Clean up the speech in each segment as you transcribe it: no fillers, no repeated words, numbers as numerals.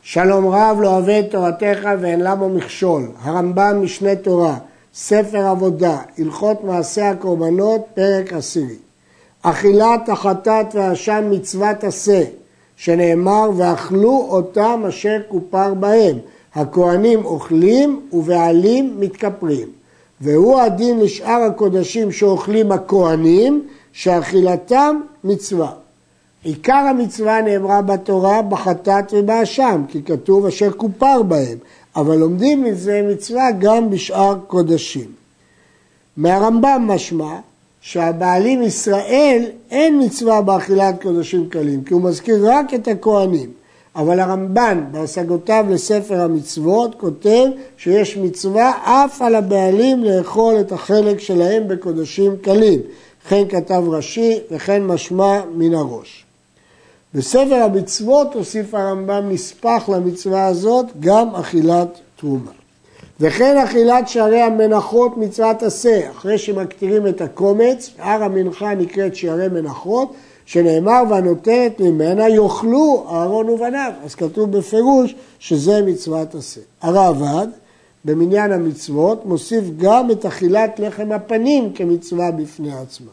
שלום רב לא אוהב את תורתך ואין למה מכשול. הרמב"ם משנה תורה, ספר עבודה, הלכות מעשה הקורבנות, פרק 10. אכילת החטאת והאשם מצוות עשה, שנאמר ואכלו אותם אשר כופר בהם. הכהנים אוכלים ובעלים מתכפרים. והוא הדין לשאר הקודשים שאוכלים הכהנים, שאכילתם מצווה. עיקר המצווה נאמרה בתורה בחטאת ובאשם, כי כתוב אשר כופר בהם, אבל לומדים מזה מצווה גם בשאר קודשים. מהרמב"ם משמע שהבעלים ישראל אין מצווה באכילת קודשים קלים, כי הוא מזכיר רק את הכהנים. אבל הרמב"ן בהשגותיו לספר המצוות כותב שיש מצווה אף על הבעלים לאכול את החלק שלהם בקודשים קלים. כן כתב רש"י וכן משמע מן הראש. בספר המצוות הוסיף הרמב"ם נספח למצווה הזאת גם אכילת תרומה. וכן אכילת שערי המנחות מצוות עשה, אחרי שמקטירים את הקומץ, הר המנחה נקראת שערי מנחות, שנאמר והנותנת ממנה יאכלו אהרון ובניו, אז כתוב בפירוש שזה מצוות עשה. הרעב"ד במניין המצוות מוסיף גם את אכילת לחם הפנים כמצווה בפני עצמה.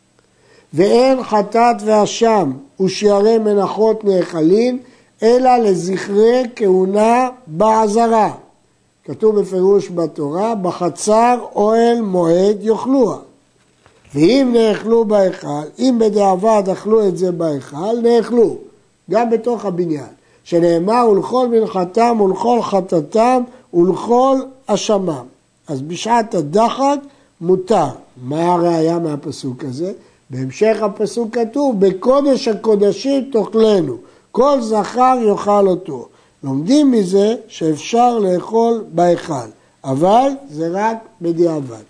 ואין חטאת ואשם ושערי מנחות נאכלים אלא לזכרי כהונה בעזרה. כתוב בפירוש בתורה, בחצר אוהל מועד יאכלוה. ואם נאכלו בהיכל, אם בדיעבד אכלו את זה בהיכל, נאכלו, גם בתוך הבניין. שנאמר, ולכל מנחתם ולכל חטאתם ולכל אשמם. אז בשעת הדחק מותר. מה הראיה מהפסוק הזה? בהמשך הפסוק כתוב, בקודש הקודשים תאכלנו, כל זכר יאכל אותו. לומדים מזה שאפשר לאכול בהיכל, אבל זה רק בדיעבד.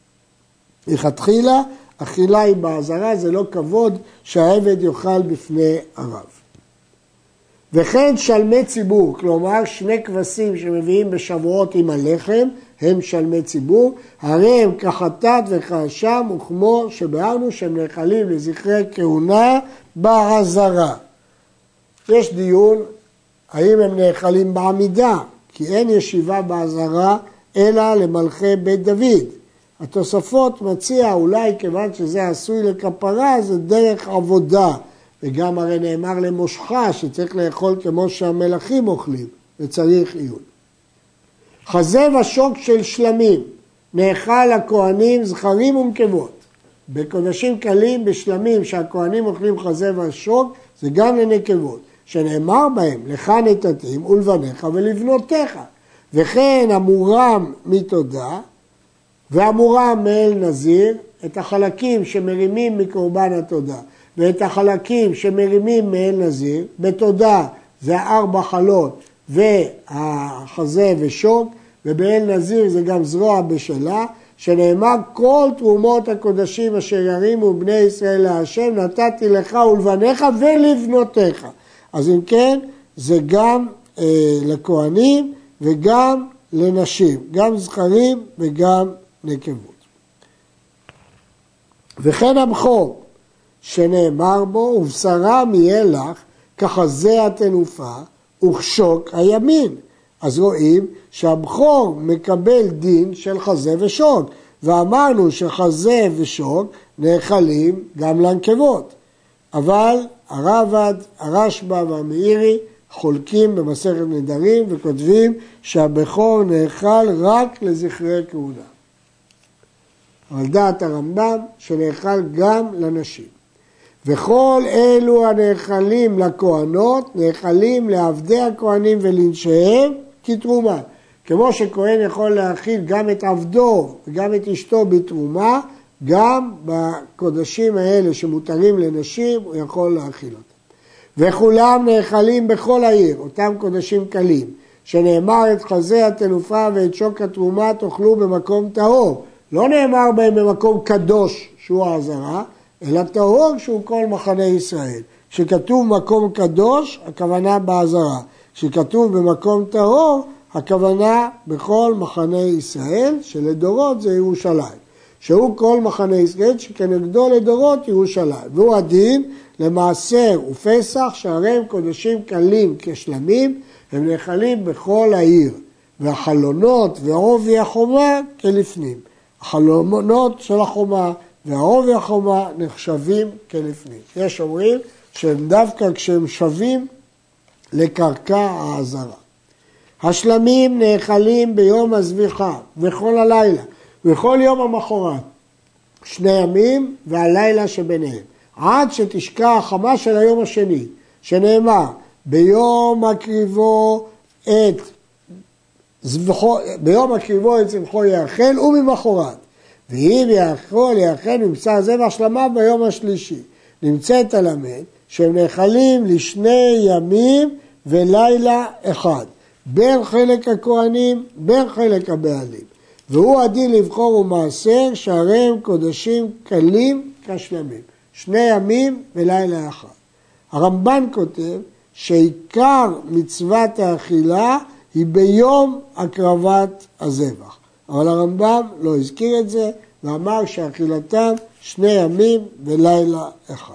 לכתחילה, אכילה היא בעזרה, זה לא כבוד שהעבד יאכל בפני הרב. וכן שלמי ציבור, כלומר שני כבשים שמביאים בשבועות עם הלחם, הם שלמי ציבור, הרי הם כחטאת וכאשם וכמו שבארנו שהם נאכלים לזכרי כהונה בעזרה. יש דיון האם הם נאכלים בעמידה, כי אין ישיבה בעזרה אלא למלכי בית דוד. התוספות מציע אולי כיוון שזה עשוי לכפרה, זה דרך עבודה, וגם הרי נאמר למושכה שצריך לאכול כמו שהמלכים אוכלים, וצריך עיון. חזה ושוק של שלמים, נאכל הכהנים זכרים ונקבות. בקודשים קלים בשלמים שהכהנים אוכלים חזה ושוק, זה גם לנקבות, שנאמר בהם, לך נתתים ולבניך ולבנותיך. וכן המורם מתודה, והמורם מאל נזיר, את החלקים שמרימים מקורבן התודה, ואת החלקים שמרימים מאל נזיר, בתודה זה 4 חלות והחזה ושוק, ובאל נזיר זה גם זרוע בשלה, שנאמר כל תרומות הקודשים אשר ירימו בני ישראל להשם, נתתי לך ולבניך ולבנותיך. אז אם כן, זה גם לכהנים וגם לנשים, גם זכרים וגם נקבות. וכן הבכור שנאמר בו, ובשרם יהיה לך כחזה התנופה וכשוק הימין. אז רואים שהבכור מקבל דין של חזה ושוק, ואמרנו שחזה ושוק נאכלים גם לנקבות. אבל הרעב"ד, הרשב"א והמאירי חולקים במסכת נדרים וכותבים שהבכור נאכל רק לזכרי כהונה. אבל דעת הרמב"ם שנאכל גם לנשים. וכל אלו הנאכלים לכהנות נאכלים לעבדי הכהנים ולנשיהם כתרומה. כמו שכהן יכול להאכיל גם את עבדו וגם את אשתו בתרומה, גם בקודשים האלה שמותרים לנשים הוא יכול להאכיל אותם. וכולם נאכלים בכל העיר, אותם קודשים קלים, שנאמר את חזה התנופה ואת שוק התרומה תאכלו במקום טהור. לא נאמר בהם במקום קדוש שהוא העזרה, אלא טהור שהוא כל מחנה ישראל. כשכתוב מקום קדוש, הכוונה בעזרה. כשכתוב במקום טהור, הכוונה בכל מחנה ישראל, שלדורות זה ירושלים. שהוא כל מחנה ישראל שכנגדו לדורות ירושלים. והוא הדין למעשר ופסח, שהרי הם קודשים קלים כשלמים, הם נאכלים בכל העיר. והחלונות ועובי החומה כלפנים. החלונות של החומה והעובי החומה נחשבים כלפנים. יש אומרים שהם דווקא כשהם שווים לקרקע העזרה. השלמים נאכלים ביום הזביחה וכל הלילה וכל יום המחרת, 2 ימים והלילה שביניהם, עד שתשקע החמה של היום השני, שנאמר ביום הקריבו את זבחו יאכל וממחרת, ואם יאכל מבשר זבח שלמיו ביום השלישי. נמצאת הלמד שהם נאכלים ל2 ימים ולילה אחד, בין חלק הכהנים בין חלק הבעלים, והוא הדין לבחור ומעשר, שהרי הם קודשים קלים כשלמים, 2 ימים ולילה אחד. הרמב"ן כותב שעיקר מצוות האכילה היא ביום הקרבת הזבח, אבל הרמב"ם לא הזכיר את זה ואמר שאכילתם 2 ימים ולילה אחד.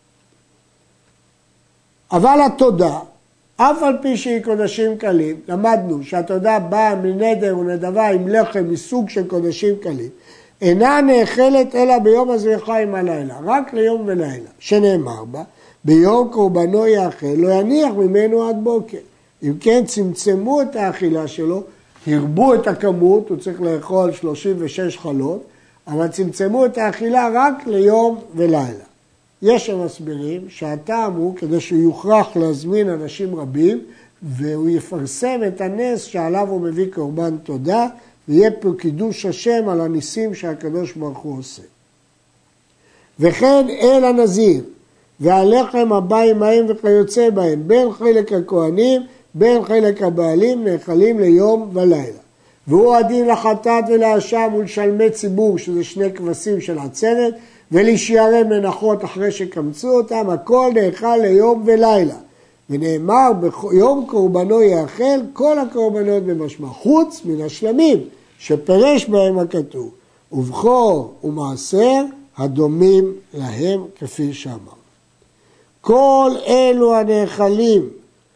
אבל התודה, אף על פי שהיא קודשים קלים, למדנו שהתודה באה מנדר ונדבה עם לחם מסוג של קודשים קלים, אינה נאכלת אלא ביום הזביחה עם הלילה, רק ליום ולילה, שנאמר בה, ביום קורבנו יאכל, לא יניח ממנו עד בוקר. אם כן צמצמו את האכילה שלו, הרבו את הכמות, הוא צריך לאכול 36 חלות, אבל צמצמו את האכילה רק ליום ולילה. יש שמסבירים שהטעם הוא כדי שהוא יוכרח להזמין אנשים רבים, והוא יפרסם את הנס שעליו הוא מביא קורבן תודה, ויהיה פה קידוש השם על הניסים שהקדוש ברוך הוא עושה. וכן אל הנזיר, והלחם הבא עמהם וכיוצא בהם, בין חלק הכהנים, בין חלק הבעלים, נאכלים ליום ולילה. והוא הדין לחטאת ולאשם ולשלמי ציבור, שזה 2 כבשים של עצרת, ולשיירי מנחות אחרי שקמצו אותם, הכל נאכל ליום ולילה. ונאמר ביום קורבנו יאכל כל הקורבנות במשמע, חוץ מן השלמים, שפרש בהם הכתוב, ובכור ומעשר הדומים להם כפי שאמר. כל אלו הנאכלים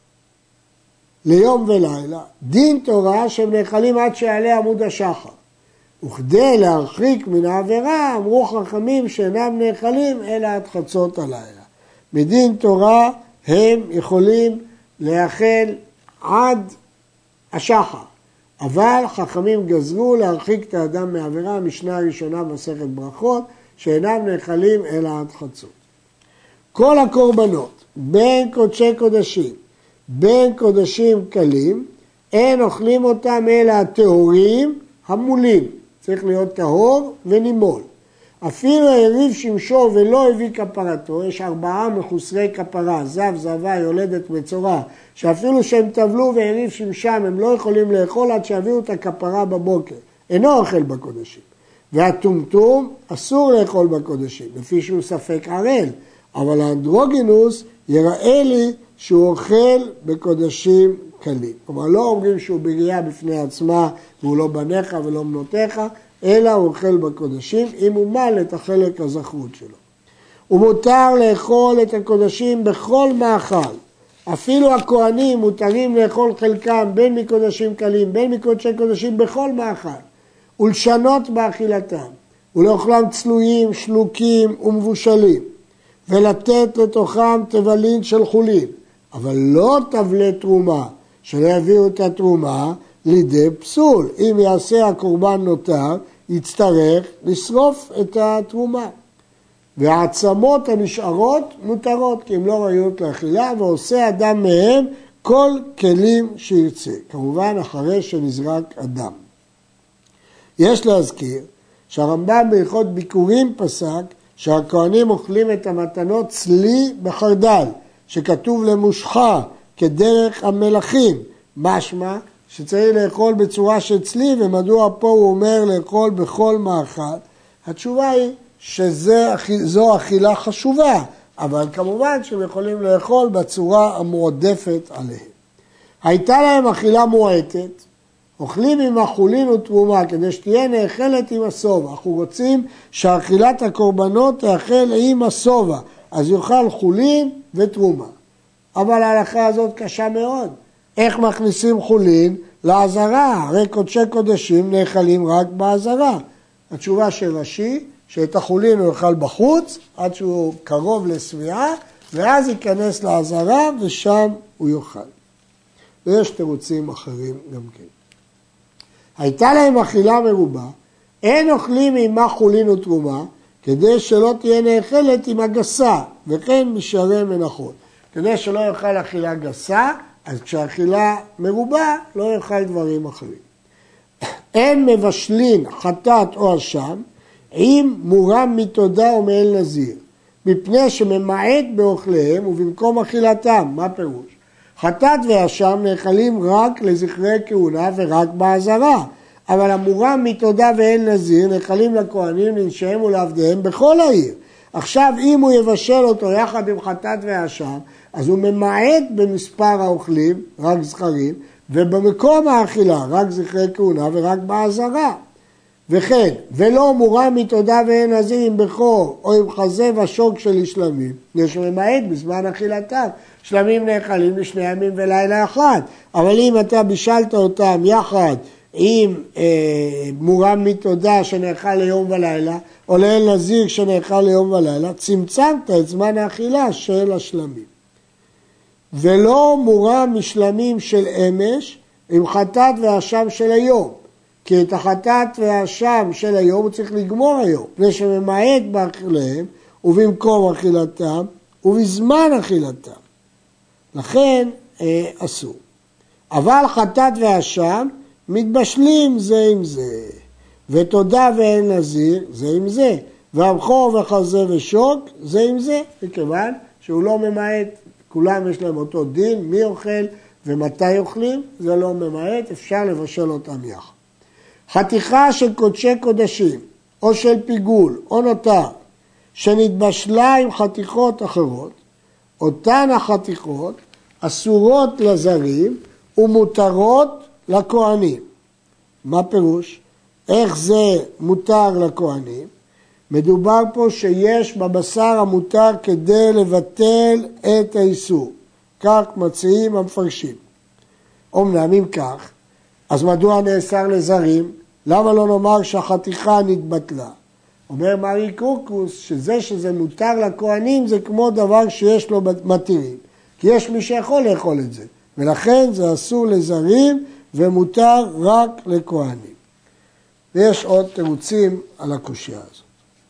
ליום ולילה, דין תורה שהם נאכלים עד שיעלה עמוד השחר. וכדי להרחיק מן העבירה, אמרו חכמים שאינם נאכלים אלא עד חצות הלילה. מדין תורה הם יכולים לאכול עד השחר, אבל חכמים גזרו להרחיק את האדם מעבירה, המשנה הראשונה במסכת ברכות, שאינם נאכלים אלא עד חצות. כל הקורבנות, בין קודשי קודשים, בין קודשים קלים, אין אוכלים אותם אלא הטהורים המולים. צריך להיות טהור ונימול. אפילו הריב שמשו ולא הביא כפרתו, יש 4 מחוסרי כפרה, זב, זבה, יולדת מצורע, שאפילו שהם טבלו והריב שמשם הם לא יכולים לאכול עד שיביאו את הכפרה בבוקר. אינו אוכל בקודשים. והטומטום אסור לאכול בקודשים, לפי שהוא ספק ערל. אבל האנדרוגינוס יראה לי שהוא אוכל בקודשים קלים. כלומר, לא אומרים שהוא בריאה בפני עצמה והוא לא בניך ולא בנותיך, אלא הוא אוכל בקודשים, אם הוא מל את החלק הזכרות שלו. ומותר לאכול את הקודשים בכל מאכל. אפילו הכהנים מותרים לאכול חלקם בין מקודשים קלים, בין מקודשי קודשים בכל מאכל. ולשנות באכילתם, ולאוכלם צלויים, שלוקים ומבושלים. ולתת לתוכם תבלין של חולין, אבל לא תבלי תרומה, שלא יביאו את התרומה לידי פסול. אם יעשה הקורבן נותר, יצטרך לשרוף את התרומה. והעצמות הנשארות מותרות, כי הם לא ראויות לאכילה, ועושה אדם מהם כל כלים שירצה, כמובן אחרי שנזרק אדם. יש להזכיר שהרמב"ם בהלכות ביקורים פסק, שהכהנים אוכלים את המתנות צלי בחרדל, שכתוב למושכה כדרך המלכים, משמע שצריך לאכול בצורה של צלי, ומדוע פה הוא אומר לאכול בכל מאכל? התשובה היא שזו אכילה חשובה, אבל כמובן שהם יכולים לאכול בצורה המועדפת עליהם. הייתה להם אכילה מועטת, אוכלים עם החולין ותרומה, כדי שתהיה נאכלת עם הסובה. אנחנו רוצים שאכילת הקורבנות תאכל עם הסובה, אז יאכל חולין ותרומה. אבל ההלכה הזאת קשה מאוד. איך מכניסים חולין לעזרה? הרי קודשי קודשים נאכלים רק בעזרה. התשובה של רש"י, שאת החולין הוא יאכל בחוץ, עד שהוא קרוב לשביעה, ואז ייכנס לעזרה ושם הוא יאכל. ויש תירוצים אחרים גם כן. הייתה להם אכילה מרובה, אין אוכלים עמה חולין ותרומה, כדי שלא תהיה נאכלת עם הגסה, וכן משערי מנחות. כדי שלא יאכל אכילה גסה, אז כשאכילה מרובה, לא יאכל דברים אחרים. אין מבשלין חטאת או אשם, עם מורם מתודה ומאל נזיר, מפני שממעט באוכליהם ובמקום אכילתם. מה פירוש? חטאת ואשם נאכלים רק לזכרי כהונה ורק בעזרה, אבל המורם מתודה ואל נזיר נאכלים לכהנים, לנשיהם ולעבדיהם בכל העיר. עכשיו אם הוא יבשל אותו יחד עם חטאת ואשם, אז הוא ממעט במספר האוכלים, רק זכרים, ובמקום האכילה רק זכרי כהונה ורק בעזרה. וכן, ולא מורם מתודה ואין נזיר עם בכור או עם חזה ושוק של שלמים, יש ממעט בזמן אכילתם. שלמים נאכלים לשני ימים ולילה אחד, אבל אם אתה בישלת אותם יחד עם מורם מתודה שנאכל ליום ולילה, או לאל נזיר שנאכל ליום ולילה, צמצמת את זמן האכילה של השלמים. ולא מורם משלמים של אמש עם חטאת ואשם של היום, כי את החטאת והאשם של היום הוא צריך לגמור היום, מפני שממעט באכיליהם ובמקום אכילתם ובזמן אכילתם. לכן אסור. אבל חטאת ואשם מתבשלים זה עם זה, ותודה ואין נזיר זה עם זה, והבכור וחזה ושוק זה עם זה, מכיוון שהוא לא ממעט, כולם יש להם אותו דין, מי אוכל ומתי אוכלים, זה לא ממעט, אפשר לבשל אותם יחד. חתיכה של קודשי קודשים, או של פיגול, או נותר, שנתבשלה עם חתיכות אחרות, אותן החתיכות אסורות לזרים ומותרות לכהנים. מה פירוש? איך זה מותר לכהנים? מדובר פה שיש בבשר המותר כדי לבטל את האיסור. כך מציעים המפרשים. אומנם אם כך, אז מדוע נאסר לזרים? למה לא נאמר שהחתיכה נתבטלה? אומר מרי קורקוס שזה מותר לכהנים זה כמו דבר שיש לו מתירים. כי יש מי שיכול לאכול את זה. ולכן זה אסור לזרים ומותר רק לכהנים. ויש עוד תירוצים על הקושיה הזאת.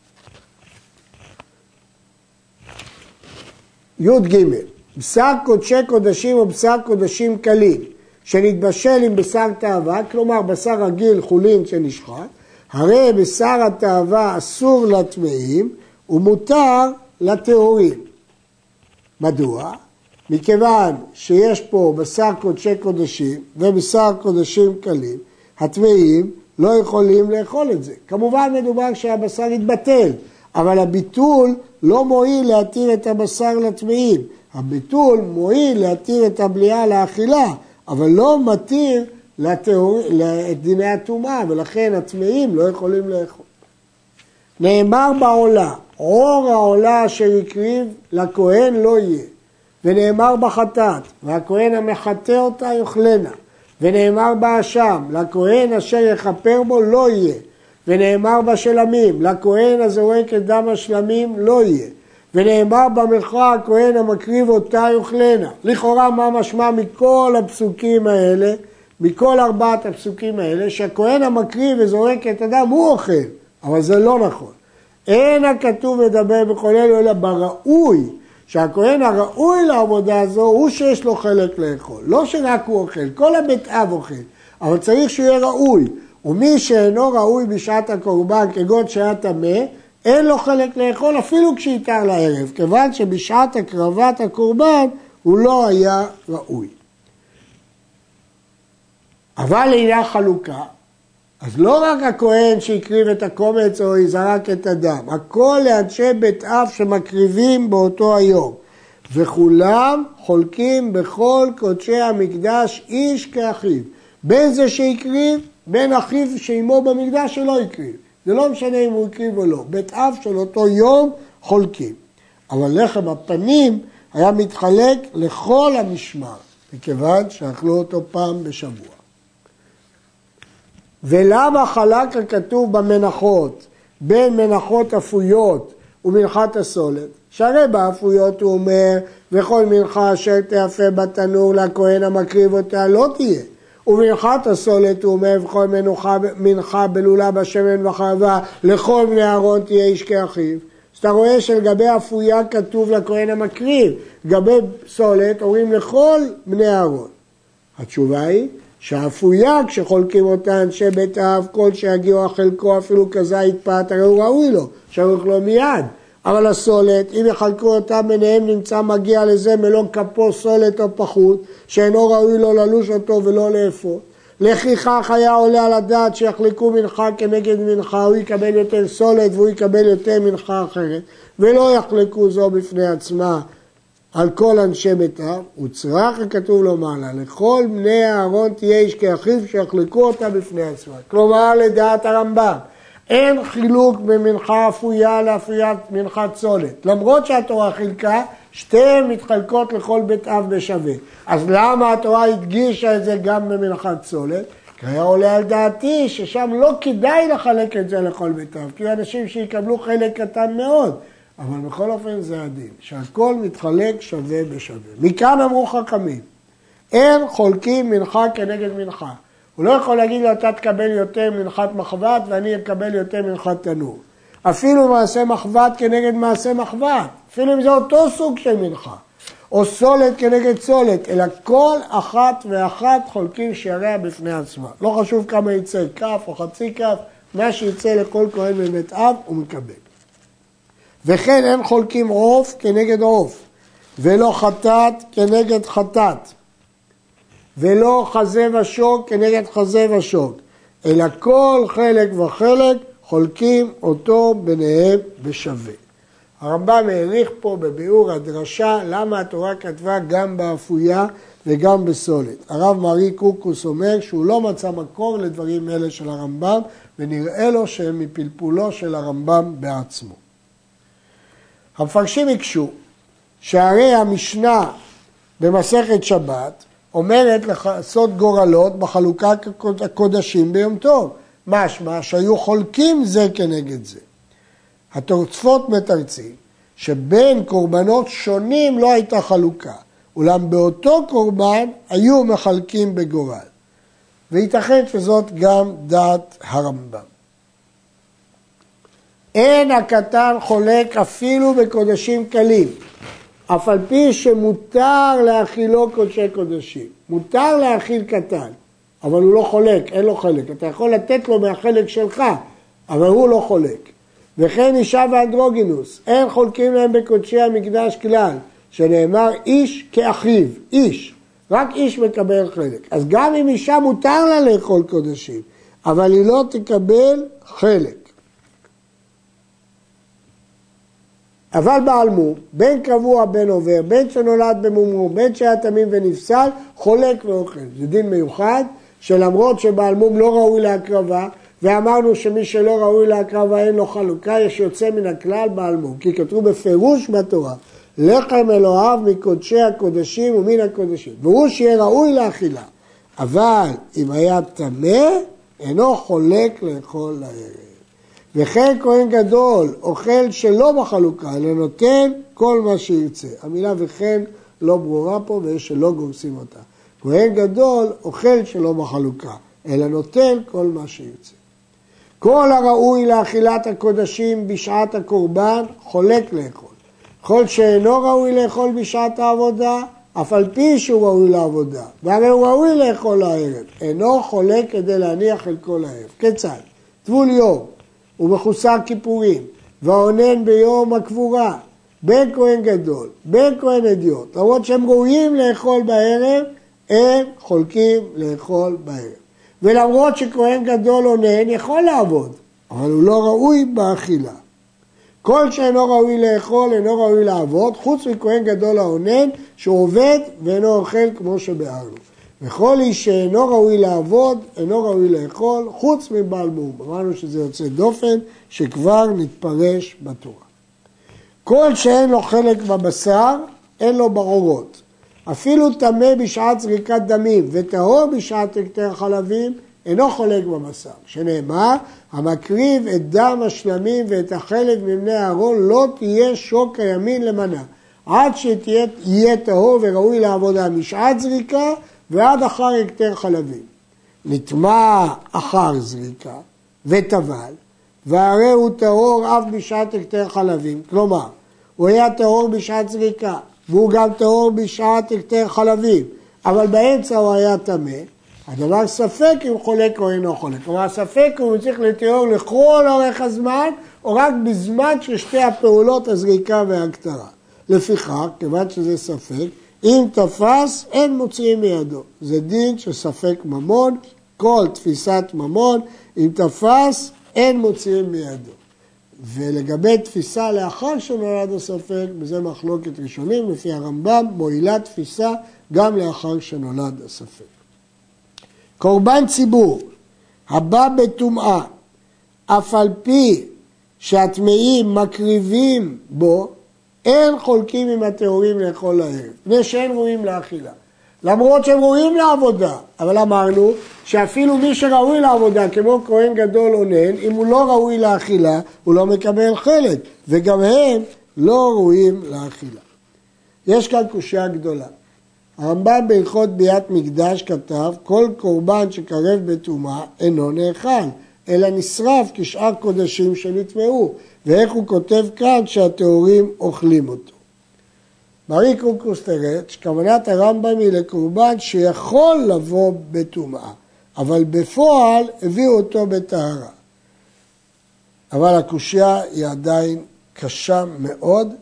י' ג' בשר קודשי קודשים או בשר קודשים קלים, שנתבשל עם בשר תאווה, כלומר בשר רגיל חולין שנשחט, הרי בשר התאווה אסור לטמאים ומותר לטהורים. מדוע? מכיוון שיש פה בשר קודשי קודשים ובשר קודשים קלים, הטמאים לא יכולים לאכול את זה. כמובן מדובר שהבשר יתבטל, אבל הביטול לא מועיל להתיר את הבשר לטמאים. הביטול מועיל להתיר את הבליעה לאכילה, אבל לא מתיר את דיני הטומאה, ולכן הטמאים לא יכולים לאכול. נאמר בעולה, עור העולה אשר הקריב לכהן לא יהיה. ונאמר בחטאת, והכהן המחטא אותה יאכלנה. ונאמר באשם, לכהן אשר יכפר בו לא יהיה. ונאמר בשלמים, לכהן הזורק את דם השלמים לא יהיה. ונאמר במלכה, הכהן המקריב אותה יאכלנה. לכאורה מה משמע מכל הפסוקים האלה, מכל 4 הפסוקים האלה, שהכהן המקריב וזורק את הדם הוא אוכל, אבל זה לא נכון. אין הכתוב מדבר בכל אלו אלא בראוי, שהכהן הראוי לעבודה הזו הוא שיש לו חלק לאכול, לא שרק הוא אוכל, כל הבית אב אוכל, אבל צריך שהוא יהיה ראוי, ומי שאינו ראוי בשעת הקורבן כגון שהיה טמא, אין לו חלק לאכול אפילו כשיתר לערב, כיוון שבשעת הקרבת הקורבן הוא לא היה ראוי. אבל לעניין חלוקה, אז לא רק הכהן שהקריב את הקומץ או יזרק את הדם, הכל לאנשי בית אב שמקריבים באותו היום. וכולם חולקים בכל קודשי המקדש איש כאחיו. בין זה שהקריב, בין אחיו שעמו במקדש שלא הקריב. זה לא משנה אם הוא הקריב או לא. בית אב של אותו יום חולקים. אבל לחם הפנים היה מתחלק לכל המשמר, מכיוון שאכלו אותו פעם בשבוע. ולמה חלק הכתוב במנחות בין מנחות אפויות ומנחת הסולת? שהרי באפויות הוא אומר, וכל מנחה אשר תיאפה בתנור לכהן המקריב אותה לא תהיה. ובמנחת הסולת הוא אומר, וכל מנחה בלולה בשמן וחרבה, לכל בני אהרון תהיה איש כאחיו. אז אתה רואה שלגבי אפויה כתוב לכהן המקריב, לגבי סולת אומרים לכל בני אהרון. התשובה היא, שהאפויה כשחולקים אותה אנשי בית האב, כל שיגיעו חלקו אפילו כזית פת, הרי הוא ראוי לו, שרוך לו מיד. אבל הסולת, אם יחלקו אותה ביניהם נמצא מגיע לזה מלון כפו סולת או פחות, שאינו ראוי לו ללוש אותו ולא לאפות. לפיכך היה עולה על הדעת שיחלקו מנחה כנגד מנחה, הוא יקבל יותר סולת והוא יקבל יותר מנחה אחרת, ולא יחלקו זו בפני עצמה על כל אנשי ביתה, וצריך הכתוב לו מעלה, לכל בני אהרון תהיה איש כאחיו שיחלקו אותה בפני עצמה. כלומר לדעת הרמב"ם, אין חילוק במנחה אפויה לאפיית מנחת סולת. למרות שהתורה חילקה, שתיהן מתחלקות לכל בית אב בשווה. אז למה התורה הדגישה את זה גם במנחת סולת? כי היה עולה על דעתי ששם לא כדאי לחלק את זה לכל בית אב, כי אנשים שיקבלו חלק קטן מאוד. אבל בכל אופן זה הדין, שהכל מתחלק שווה בשווה. מכאן אמרו חכמים, אין חולקים מנחה כנגד מנחה. הוא לא יכול להגיד לו, אתה תקבל יותר מנחת מחבת ואני אקבל יותר מנחת תנור. אפילו מעשה מחבת כנגד מעשה מחבת, אפילו אם זה אותו סוג של מנחה. או סולת כנגד סולת, אלא כל אחת ואחת חולקים שעריה בפני עצמה. לא חשוב כמה יצא, כף או חצי כף, מה שיצא לכל כהן בבית אב הוא מקבל. וכן אין חולקים עוף כנגד עוף, ולא חטאת כנגד חטאת, ולא חזה ושוק כנגד חזה ושוק, אלא כל חלק וחלק חולקים אותו ביניהם בשווה. הרמב"ם העריך פה בביאור הדרשה למה התורה כתבה גם באפויה וגם בסולת. הרב מרי קוקוס אומר שהוא לא מצא מקור לדברים אלה של הרמב"ם, ונראה לו שהם מפלפולו של הרמב"ם בעצמו. המפרשים הקשו שהרי המשנה במסכת שבת אומרת לעשות גורלות בחלוקת הקודשים ביום טוב. משמע שהיו חולקים זה כנגד זה. התוספות מתרצים שבין קורבנות שונים לא הייתה חלוקה, אולם באותו קורבן היו מחלקים בגורל. וייתכן שזאת גם דעת הרמב"ם. אין הקטן חולק אפילו בקודשים קלים, אף על פי שמותר להאכילו קודשי קודשים. מותר להאכיל קטן, אבל הוא לא חולק, אין לו חלק. אתה יכול לתת לו מהחלק שלך, אבל הוא לא חולק. וכן אישה ואנדרוגינוס, אין חולקים להם בקודשי המקדש כלל, שנאמר איש כאחיו, איש, רק איש מקבל חלק. אז גם אם אישה מותר לה לאכול קודשים, אבל היא לא תקבל חלק. אבל בעל מום, בין קבוע בין עובר, בין שנולד במומו, בין שהיה תמים ונפסל, חולק ואוכל. זה דין מיוחד, שלמרות שבעל מום לא ראוי להקרבה, ואמרנו שמי שלא ראוי להקרבה אין לו חלוקה, יש יוצא מן הכלל בעל מום. כי כתוב בפירוש בתורה, לחם אלוהיו מקודשי הקודשים ומן הקודשים. והוא שיהיה ראוי לאכילה. אבל אם היה טמא, אינו חולק לאכול לערב. וכן כהן גדול אוכל שלא בחלוקה, אלא נותן כל מה שירצה. המילה וכן לא ברורה פה ויש שלא גורסים אותה. כהן גדול אוכל שלא בחלוקה, אלא נותן כל מה שירצה. כל הראוי לאכילת הקודשים בשעת הקורבן חולק לאכול. כל שאינו ראוי לאכול בשעת העבודה, אף על פי שהוא ראוי לעבודה. והרי הוא ראוי לאכול לערב. אינו חולק כדי להניח אל כל הערב. כיצד? טבול יום. ומחוסר כיפורים, והעונן ביום הקבורה, בין כהן גדול, בין כהן אדיוט, למרות שהם ראויים לאכול בערב, הם חולקים לאכול בערב. ולמרות שכהן גדול עונן, יכול לעבוד, אבל הוא לא ראוי באכילה. כל שאינו ראוי לאכול, אינו ראוי לעבוד, חוץ מכהן גדול העונן, שהוא עובד ואינו אוכל כמו שבארנו. וכל איש שאינו ראוי לעבוד, אינו ראוי לאכול, חוץ מבעל מום. אמרנו שזה יוצא דופן, שכבר נתפרש בתורה. כל שאין לו חלק בבשר, אין לו בעורות. אפילו טמא בשעת זריקת דמים וטהור בשעת הקטר חלבים, אינו חולק בבשר. שנאמר, המקריב את דם השלמים ואת החלב ממני הארון, לא תהיה שוק הימין למנה. עד שיהיה טהור וראוי לעבודה משעת זריקה ועד אחר הקטר חלבים. נטמע אחר זריקה וטבל, והרי הוא טהור אף בשעת הקטר חלבים. כלומר, הוא היה טהור בשעת זריקה, והוא גם טהור בשעת הקטר חלבים, אבל באמצע הוא היה טמא. הדבר ספק אם חולק או אינו חולק. כלומר, ספק אם הוא צריך לטהור לכל אורך הזמן, או רק בזמן ששתי הפעולות, הזריקה וההקטרה. לפיכך, כיוון שזה ספק, אם תפס, אין מוציאים מידו. זה דין שספק ממון, כל תפיסת ממון, אם תפס, אין מוציאים מידו. ולגבי תפיסה לאחר שנולד הספק, בזה מחלוקת ראשונים, לפי הרמב"ם, מועילה תפיסה גם לאחר שנולד הספק. קורבן ציבור, הבא בטומאה, אף על פי שהטמאים מקריבים בו, אין חולקים עם הטהורים לאכול הערב, מפני שאין ראויים לאכילה. למרות שהם ראויים לעבודה, אבל אמרנו שאפילו מי שראוי לעבודה, כמו כהן גדול אונן, אם הוא לא ראוי לאכילה, הוא לא מקבל חלק, וגם הם לא ראויים לאכילה. יש כאן קושיה גדולה. הרמב"ם בהלכות ביאת מקדש כתב, כל קורבן שקרב בטומאה אינו נאכל, אלא נשרף כשאר קודשים שנטמאו, ואיך הוא כותב כאן שהטהורים אוכלים אותו. ברי קורקוס תראה שכוונת הרמב"ם היא לקורבן שיכול לבוא בטומאה, אבל בפועל הביאו אותו בטהרה. אבל הקושיה היא עדיין קשה מאוד,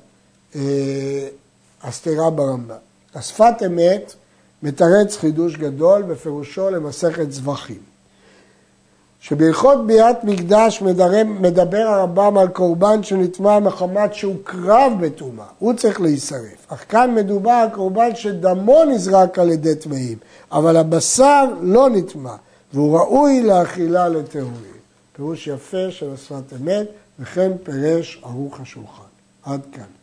הסתירה ברמב"ם. השפת אמת מתרץ חידוש גדול בפירושו למסכת זבחים. שבהלכות ביאת מקדש מדבר הרמב"ם על קורבן שנטמא מחמת שהוא קרב בטומאה, הוא צריך להישרף. אך כאן מדובר על קורבן שדמו נזרק על ידי טמאים, אבל הבשר לא נטמא, והוא ראוי לאכילה לטהורים. פירוש יפה של השפת אמת, וכן פירש ערוך השולחן. עד כאן.